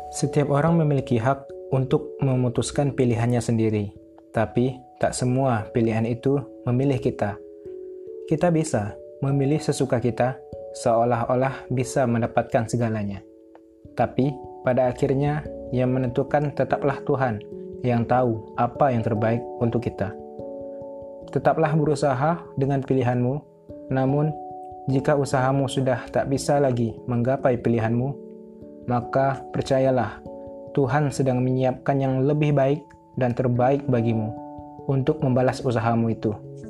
Setiap orang memiliki hak untuk memutuskan pilihannya sendiri, tapi tak semua pilihan itu memilih kita. Kita bisa memilih sesuka kita, seolah-olah bisa mendapatkan segalanya. Tapi pada akhirnya yang menentukan tetaplah Tuhan yang tahu apa yang terbaik untuk kita. Tetaplah berusaha dengan pilihanmu, namun jika usahamu sudah tak bisa lagi menggapai pilihanmu, maka percayalah, Tuhan sedang menyiapkan yang lebih baik dan terbaik bagimu untuk membalas usahamu itu.